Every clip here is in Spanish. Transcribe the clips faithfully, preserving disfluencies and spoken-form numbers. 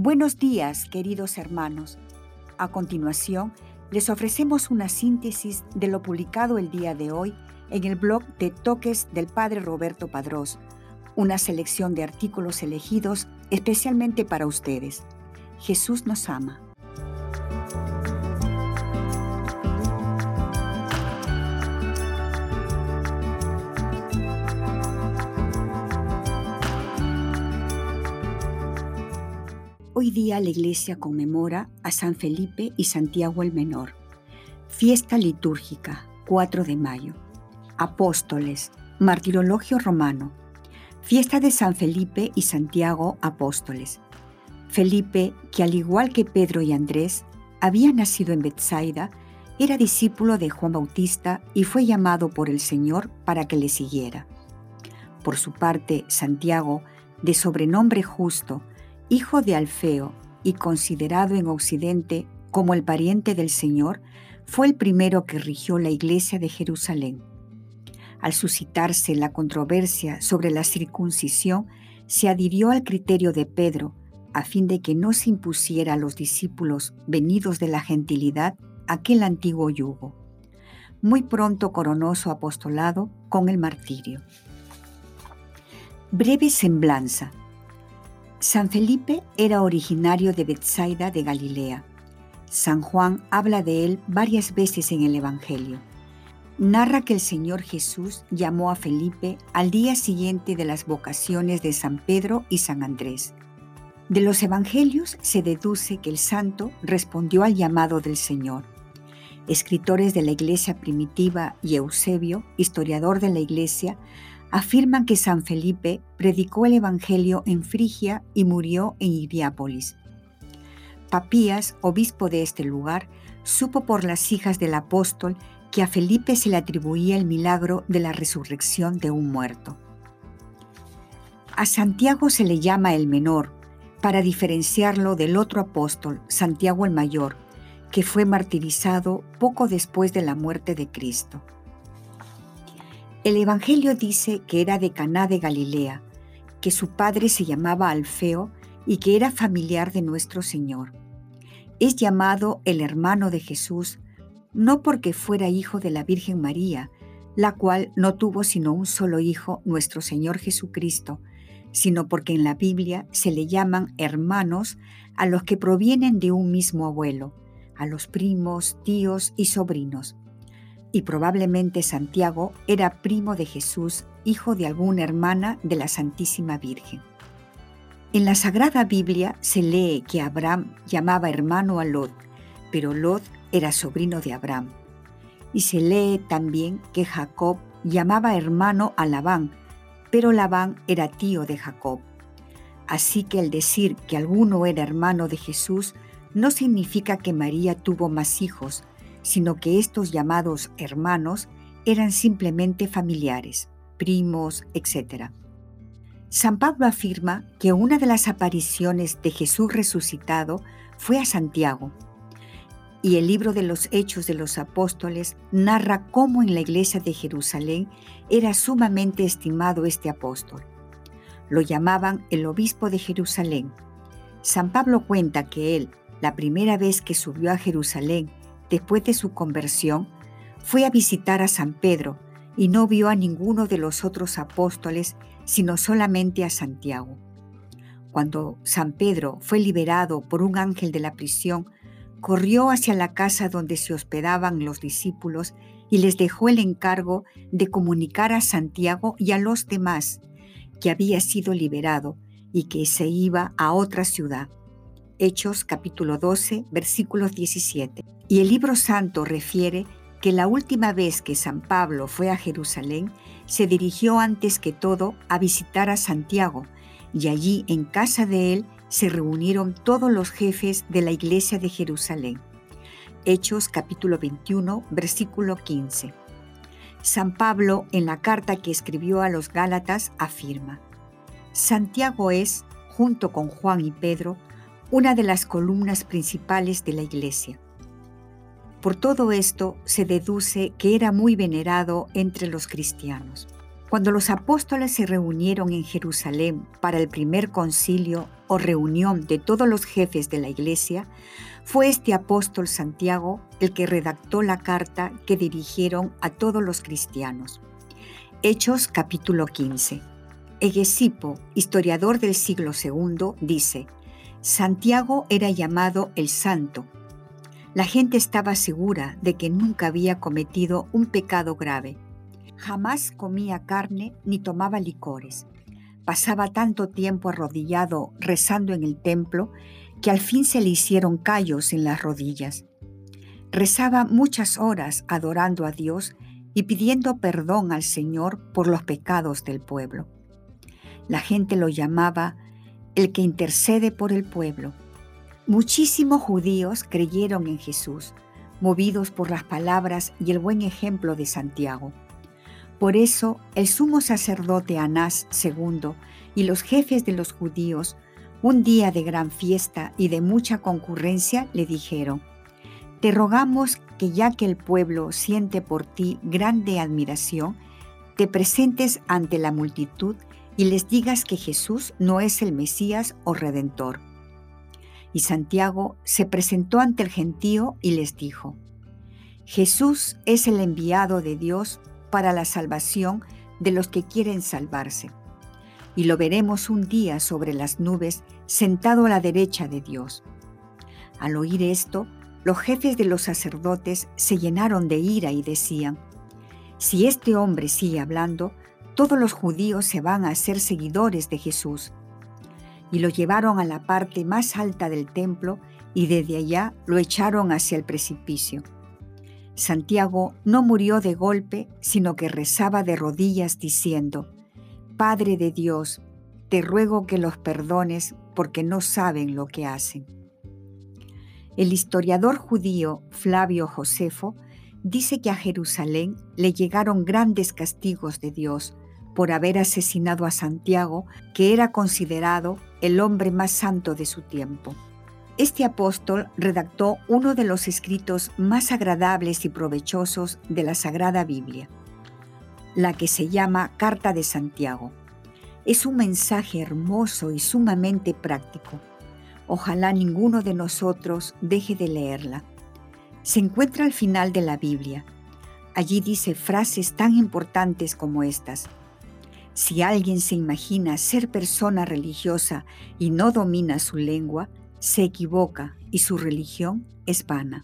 Buenos días, queridos hermanos. A continuación, les ofrecemos una síntesis de lo publicado el día de hoy en el blog de Toques del Padre Roberto Padrós, una selección de artículos elegidos especialmente para ustedes. Jesús nos ama. Hoy día la Iglesia conmemora a San Felipe y Santiago el Menor. Fiesta litúrgica, cuatro de mayo. Apóstoles, Martirologio romano. Fiesta de San Felipe y Santiago, apóstoles. Felipe, que al igual que Pedro y Andrés, había nacido en Betsaida, era discípulo de Juan Bautista y fue llamado por el Señor para que le siguiera. Por su parte, Santiago, de sobrenombre Justo, hijo de Alfeo y considerado en Occidente como el pariente del Señor, fue el primero que rigió la iglesia de Jerusalén. Al suscitarse la controversia sobre la circuncisión, se adhirió al criterio de Pedro, a fin de que no se impusiera a los discípulos venidos de la gentilidad aquel antiguo yugo. Muy pronto coronó su apostolado con el martirio. Breve semblanza. San Felipe era originario de Betsaida de Galilea. San Juan habla de él varias veces en el Evangelio. Narra que el Señor Jesús llamó a Felipe al día siguiente de las vocaciones de San Pedro y San Andrés. De los Evangelios se deduce que el santo respondió al llamado del Señor. Escritores de la Iglesia primitiva y Eusebio, historiador de la Iglesia, afirman que San Felipe predicó el Evangelio en Frigia y murió en Hiriápolis. Papías, obispo de este lugar, supo por las hijas del apóstol que a Felipe se le atribuía el milagro de la resurrección de un muerto. A Santiago se le llama el menor, para diferenciarlo del otro apóstol, Santiago el mayor, que fue martirizado poco después de la muerte de Cristo. El Evangelio dice que era de Caná de Galilea, que su padre se llamaba Alfeo y que era familiar de nuestro Señor. Es llamado el hermano de Jesús, no porque fuera hijo de la Virgen María, la cual no tuvo sino un solo hijo, nuestro Señor Jesucristo, sino porque en la Biblia se le llaman hermanos a los que provienen de un mismo abuelo, a los primos, tíos y sobrinos. Y probablemente Santiago era primo de Jesús, hijo de alguna hermana de la Santísima Virgen. En la Sagrada Biblia se lee que Abraham llamaba hermano a Lot, pero Lot era sobrino de Abraham. Y se lee también que Jacob llamaba hermano a Labán, pero Labán era tío de Jacob. Así que el decir que alguno era hermano de Jesús no significa que María tuvo más hijos, sino que estos llamados hermanos eran simplemente familiares, primos, etcétera. San Pablo afirma que una de las apariciones de Jesús resucitado fue a Santiago, y el libro de los Hechos de los Apóstoles narra cómo en la iglesia de Jerusalén era sumamente estimado este apóstol. Lo llamaban el obispo de Jerusalén. San Pablo cuenta que él, la primera vez que subió a Jerusalén después de su conversión, fue a visitar a San Pedro y no vio a ninguno de los otros apóstoles, sino solamente a Santiago. Cuando San Pedro fue liberado por un ángel de la prisión, corrió hacia la casa donde se hospedaban los discípulos y les dejó el encargo de comunicar a Santiago y a los demás que había sido liberado y que se iba a otra ciudad. Hechos capítulo doce, versículos diecisiete. Y el libro santo refiere que la última vez que San Pablo fue a Jerusalén, se dirigió antes que todo a visitar a Santiago, y allí en casa de él se reunieron todos los jefes de la iglesia de Jerusalén. Hechos capítulo veintiuno, versículo quince. San Pablo, en la carta que escribió a los Gálatas, afirma: Santiago es, junto con Juan y Pedro, una de las columnas principales de la iglesia. Por todo esto se deduce que era muy venerado entre los cristianos. Cuando los apóstoles se reunieron en Jerusalén para el primer concilio o reunión de todos los jefes de la Iglesia, fue este apóstol Santiago el que redactó la carta que dirigieron a todos los cristianos. Hechos capítulo quince. Hegesipo, historiador del siglo segundo, dice: Santiago era llamado el Santo. La gente estaba segura de que nunca había cometido un pecado grave. Jamás comía carne ni tomaba licores. Pasaba tanto tiempo arrodillado rezando en el templo que al fin se le hicieron callos en las rodillas. Rezaba muchas horas adorando a Dios y pidiendo perdón al Señor por los pecados del pueblo. La gente lo llamaba el que intercede por el pueblo. Muchísimos judíos creyeron en Jesús, movidos por las palabras y el buen ejemplo de Santiago. Por eso, el sumo sacerdote Anás segundo y los jefes de los judíos, un día de gran fiesta y de mucha concurrencia, le dijeron: Te rogamos que, ya que el pueblo siente por ti grande admiración, te presentes ante la multitud y les digas que Jesús no es el Mesías o Redentor. Y Santiago se presentó ante el gentío y les dijo: Jesús es el enviado de Dios para la salvación de los que quieren salvarse. Y lo veremos un día sobre las nubes, sentado a la derecha de Dios. Al oír esto, los jefes de los sacerdotes se llenaron de ira y decían: Si este hombre sigue hablando, todos los judíos se van a hacer seguidores de Jesús. Y lo llevaron a la parte más alta del templo y desde allá lo echaron hacia el precipicio. Santiago no murió de golpe, sino que rezaba de rodillas diciendo: Padre de Dios, te ruego que los perdones porque no saben lo que hacen. El historiador judío Flavio Josefo dice que a Jerusalén le llegaron grandes castigos de Dios por haber asesinado a Santiago, que era considerado el hombre más santo de su tiempo. Este apóstol redactó uno de los escritos más agradables y provechosos de la Sagrada Biblia, la que se llama Carta de Santiago. Es un mensaje hermoso y sumamente práctico. Ojalá ninguno de nosotros deje de leerla. Se encuentra al final de la Biblia. Allí dice frases tan importantes como estas: Si alguien se imagina ser persona religiosa y no domina su lengua, se equivoca y su religión es vana.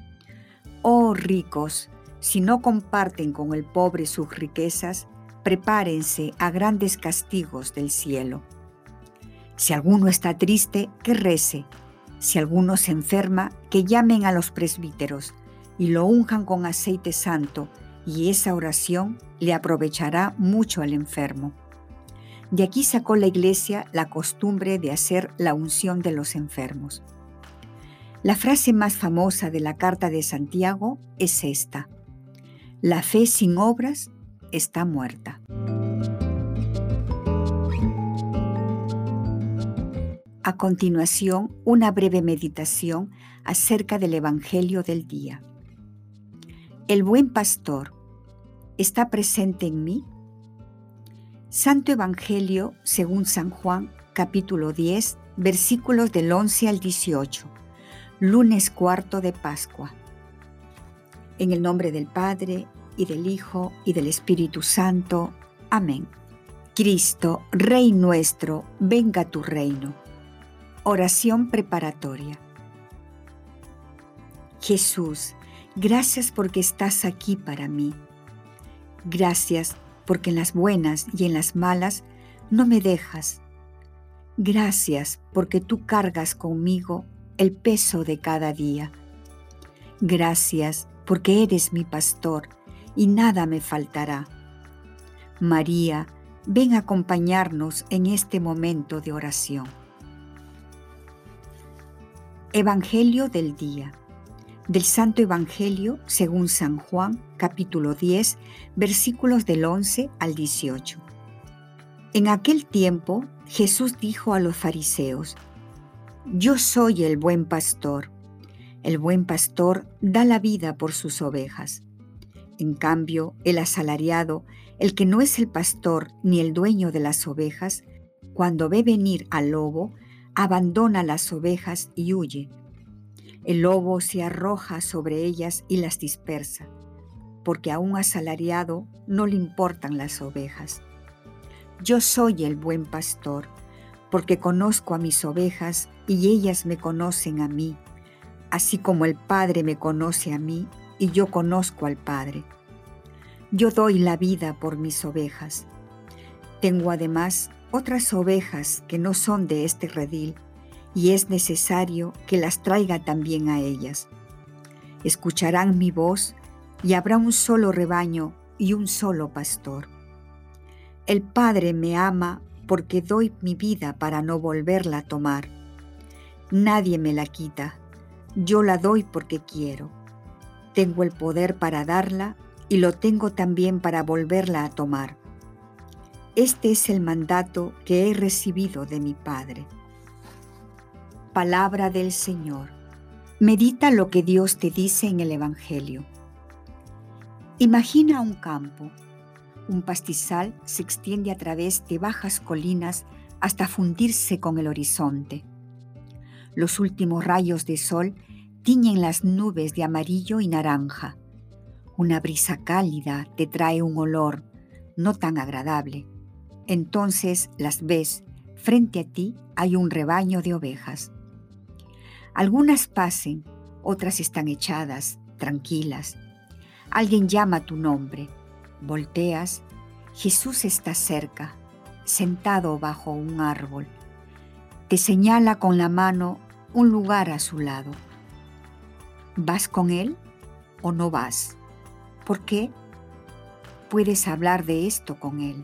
Oh ricos, si no comparten con el pobre sus riquezas, prepárense a grandes castigos del cielo. Si alguno está triste, que rece. Si alguno se enferma, que llamen a los presbíteros y lo unjan con aceite santo, y esa oración le aprovechará mucho al enfermo. De aquí sacó la Iglesia la costumbre de hacer la unción de los enfermos. La frase más famosa de la Carta de Santiago es esta: La fe sin obras está muerta. A continuación, una breve meditación acerca del Evangelio del día. El buen pastor está presente en mí. Santo Evangelio según San Juan, capítulo diez, versículos del once al dieciocho, lunes cuarto de Pascua. En el nombre del Padre, y del Hijo, y del Espíritu Santo. Amén. Cristo, Rey nuestro, venga tu reino. Oración preparatoria. Jesús, gracias porque estás aquí para mí. Gracias porque en las buenas y en las malas no me dejas. Gracias porque tú cargas conmigo el peso de cada día. Gracias porque eres mi pastor y nada me faltará. María, ven a acompañarnos en este momento de oración. Evangelio del día. Del Santo Evangelio según San Juan, capítulo diez, versículos del once al dieciocho. En aquel tiempo, Jesús dijo a los fariseos: Yo soy el buen pastor. El buen pastor da la vida por sus ovejas. En cambio, el asalariado, el que no es el pastor ni el dueño de las ovejas, cuando ve venir al lobo, abandona las ovejas y huye. El lobo se arroja sobre ellas y las dispersa, porque a un asalariado no le importan las ovejas. Yo soy el buen pastor, porque conozco a mis ovejas y ellas me conocen a mí, así como el Padre me conoce a mí y yo conozco al Padre. Yo doy la vida por mis ovejas. Tengo además otras ovejas que no son de este redil, y es necesario que las traiga también a ellas. Escucharán mi voz, y habrá un solo rebaño y un solo pastor. El Padre me ama porque doy mi vida para no volverla a tomar. Nadie me la quita, yo la doy porque quiero. Tengo el poder para darla y lo tengo también para volverla a tomar. Este es el mandato que he recibido de mi Padre. Palabra del Señor. Medita lo que Dios te dice en el Evangelio. Imagina un campo. Un pastizal se extiende a través de bajas colinas hasta fundirse con el horizonte. Los últimos rayos de sol tiñen las nubes de amarillo y naranja. Una brisa cálida te trae un olor no tan agradable. Entonces las ves, frente a ti hay un rebaño de ovejas. Algunas pasen, otras están echadas, tranquilas. Alguien llama tu nombre. Volteas, Jesús está cerca, sentado bajo un árbol. Te señala con la mano un lugar a su lado. ¿Vas con él o no vas? ¿Por qué? Puedes hablar de esto con él.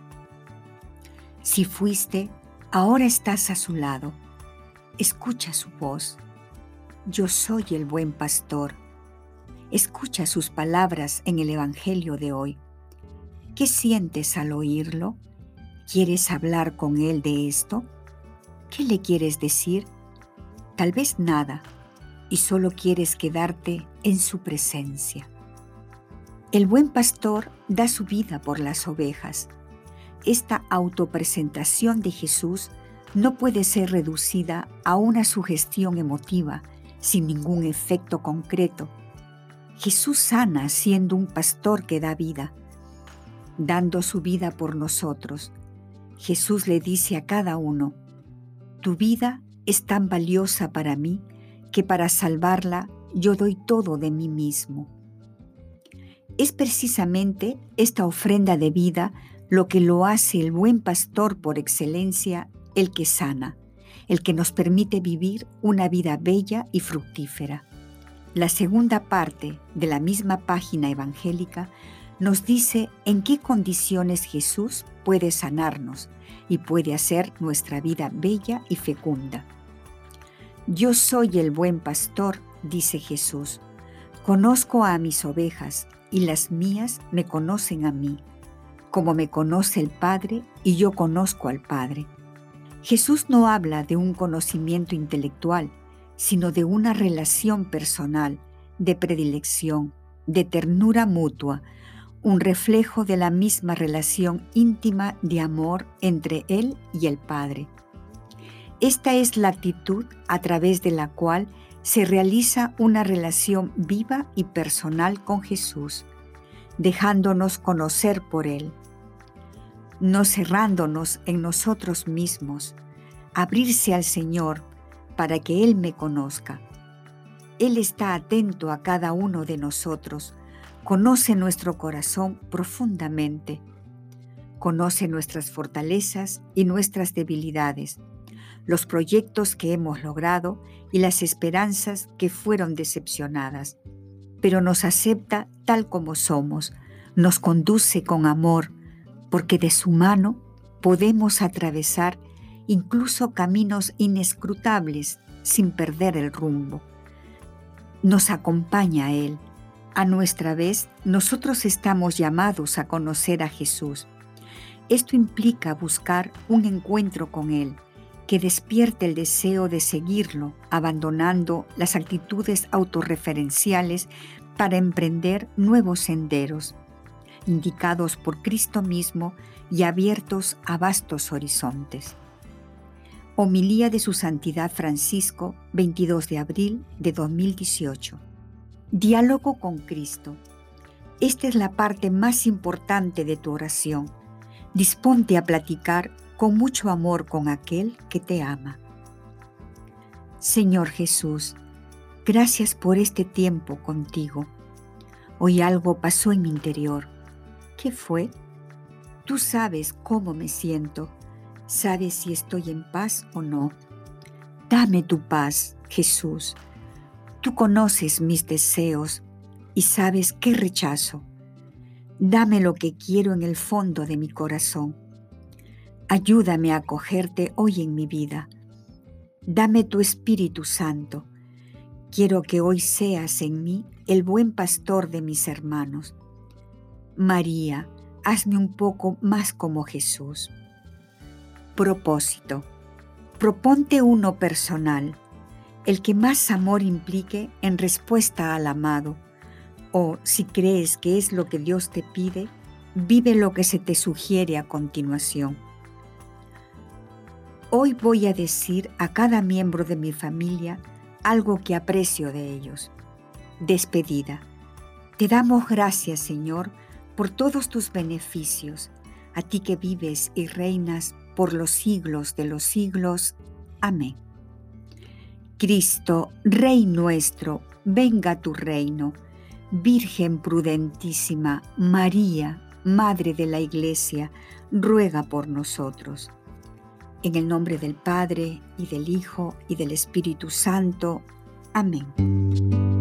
Si fuiste, ahora estás a su lado. Escucha su voz. Yo soy el buen pastor. Escucha sus palabras en el Evangelio de hoy. ¿Qué sientes al oírlo? ¿Quieres hablar con él de esto? ¿Qué le quieres decir? Tal vez nada, y solo quieres quedarte en su presencia. El buen pastor da su vida por las ovejas. Esta autopresentación de Jesús no puede ser reducida a una sugestión emotiva sin ningún efecto concreto. Jesús sana siendo un pastor que da vida, dando su vida por nosotros. Jesús le dice a cada uno: tu vida es tan valiosa para mí que para salvarla yo doy todo de mí mismo. Es precisamente esta ofrenda de vida lo que lo hace el buen pastor por excelencia, el que sana, el que nos permite vivir una vida bella y fructífera. La segunda parte de la misma página evangélica nos dice en qué condiciones Jesús puede sanarnos y puede hacer nuestra vida bella y fecunda. Yo soy el buen pastor, dice Jesús. Conozco a mis ovejas y las mías me conocen a mí, como me conoce el Padre y yo conozco al Padre. Jesús no habla de un conocimiento intelectual, sino de una relación personal, de predilección, de ternura mutua, un reflejo de la misma relación íntima de amor entre Él y el Padre. Esta es la actitud a través de la cual se realiza una relación viva y personal con Jesús, dejándonos conocer por Él, no cerrándonos en nosotros mismos, abrirse al Señor para que Él me conozca. Él está atento a cada uno de nosotros, conoce nuestro corazón profundamente, conoce nuestras fortalezas y nuestras debilidades, los proyectos que hemos logrado y las esperanzas que fueron decepcionadas, pero nos acepta tal como somos, nos conduce con amor, porque de su mano podemos atravesar incluso caminos inescrutables sin perder el rumbo. Nos acompaña a Él. A nuestra vez, nosotros estamos llamados a conocer a Jesús. Esto implica buscar un encuentro con Él, que despierte el deseo de seguirlo, abandonando las actitudes autorreferenciales para emprender nuevos senderos, indicados por Cristo mismo y abiertos a vastos horizontes. Homilía de Su Santidad Francisco, veintidós de abril de dos mil dieciocho. Diálogo con Cristo. Esta es la parte más importante de tu oración. Disponte a platicar con mucho amor con aquel que te ama. Señor Jesús, gracias por este tiempo contigo. Hoy algo pasó en mi interior. ¿Qué fue? Tú sabes cómo me siento. Sabes si estoy en paz o no. Dame tu paz, Jesús. Tú conoces mis deseos y sabes qué rechazo. Dame lo que quiero en el fondo de mi corazón. Ayúdame a acogerte hoy en mi vida. Dame tu Espíritu Santo. Quiero que hoy seas en mí el buen pastor de mis hermanos. María, hazme un poco más como Jesús. Propósito. Proponte uno personal, el que más amor implique en respuesta al amado, o si crees que es lo que Dios te pide, vive lo que se te sugiere a continuación. Hoy voy a decir a cada miembro de mi familia algo que aprecio de ellos. Despedida. Te damos gracias, Señor, por todos tus beneficios, a ti que vives y reinas por los siglos de los siglos. Amén. Cristo, Rey nuestro, venga a tu reino. Virgen prudentísima, María, Madre de la Iglesia, ruega por nosotros. En el nombre del Padre, y del Hijo, y del Espíritu Santo. Amén.